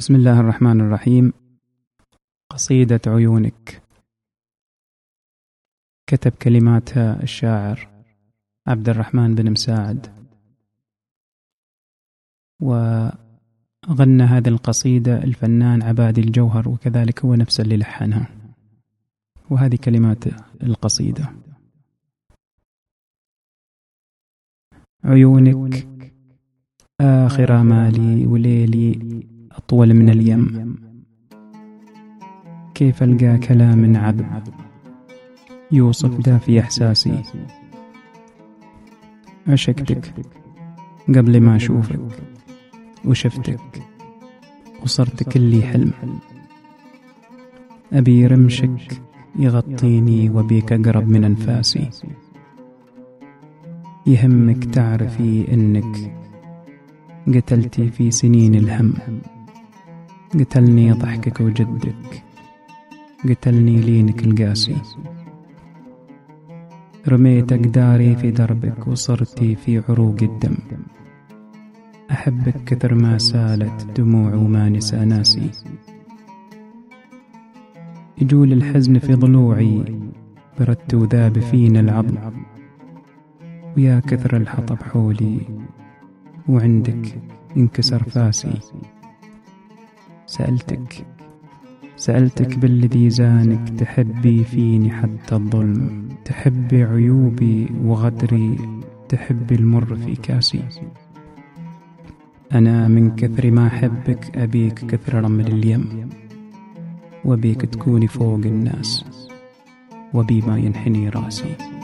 بسم الله الرحمن الرحيم. قصيدة عيونك، كتب كلماتها الشاعر عبد الرحمن بن مساعد، وغنى هذه القصيدة الفنان عبادي الجوهر، وكذلك هو نفسه اللي لحنها. وهذه كلمات القصيدة: عيونك آخر آمالي وليلي أطول من اليم، كيف ألقى كلام عذب يوصف دافي إحساسي. عشقتك قبل ما أشوفك وشفتك وصرت كلي حلم، أبي رمشك يغطيني وبيك أقرب من أنفاسي. يهمك تعرفي إنك قتلتي في سنين الهم، قتلني ضحكك وجدك، قتلني لينك القاسي. رميت أقداري في دربك وصرتي في عروق الدم، أحبك كثر ما سالت دموع وما نسى ناسي. يجول الحزن في ضلوعي بردت وذاب فينا العظم، ويا كثر الحطب حولي وعندك انكسر فاسي. سألتك بالذي زانك تحبي فيني حتى الظلم، تحبي عيوبي وغدري، تحبي المر في كاسي. أنا من كثر ما أحبك أبيك كثر رمل اليم، وبيك تكوني فوق الناس وبي ما ينحني راسي.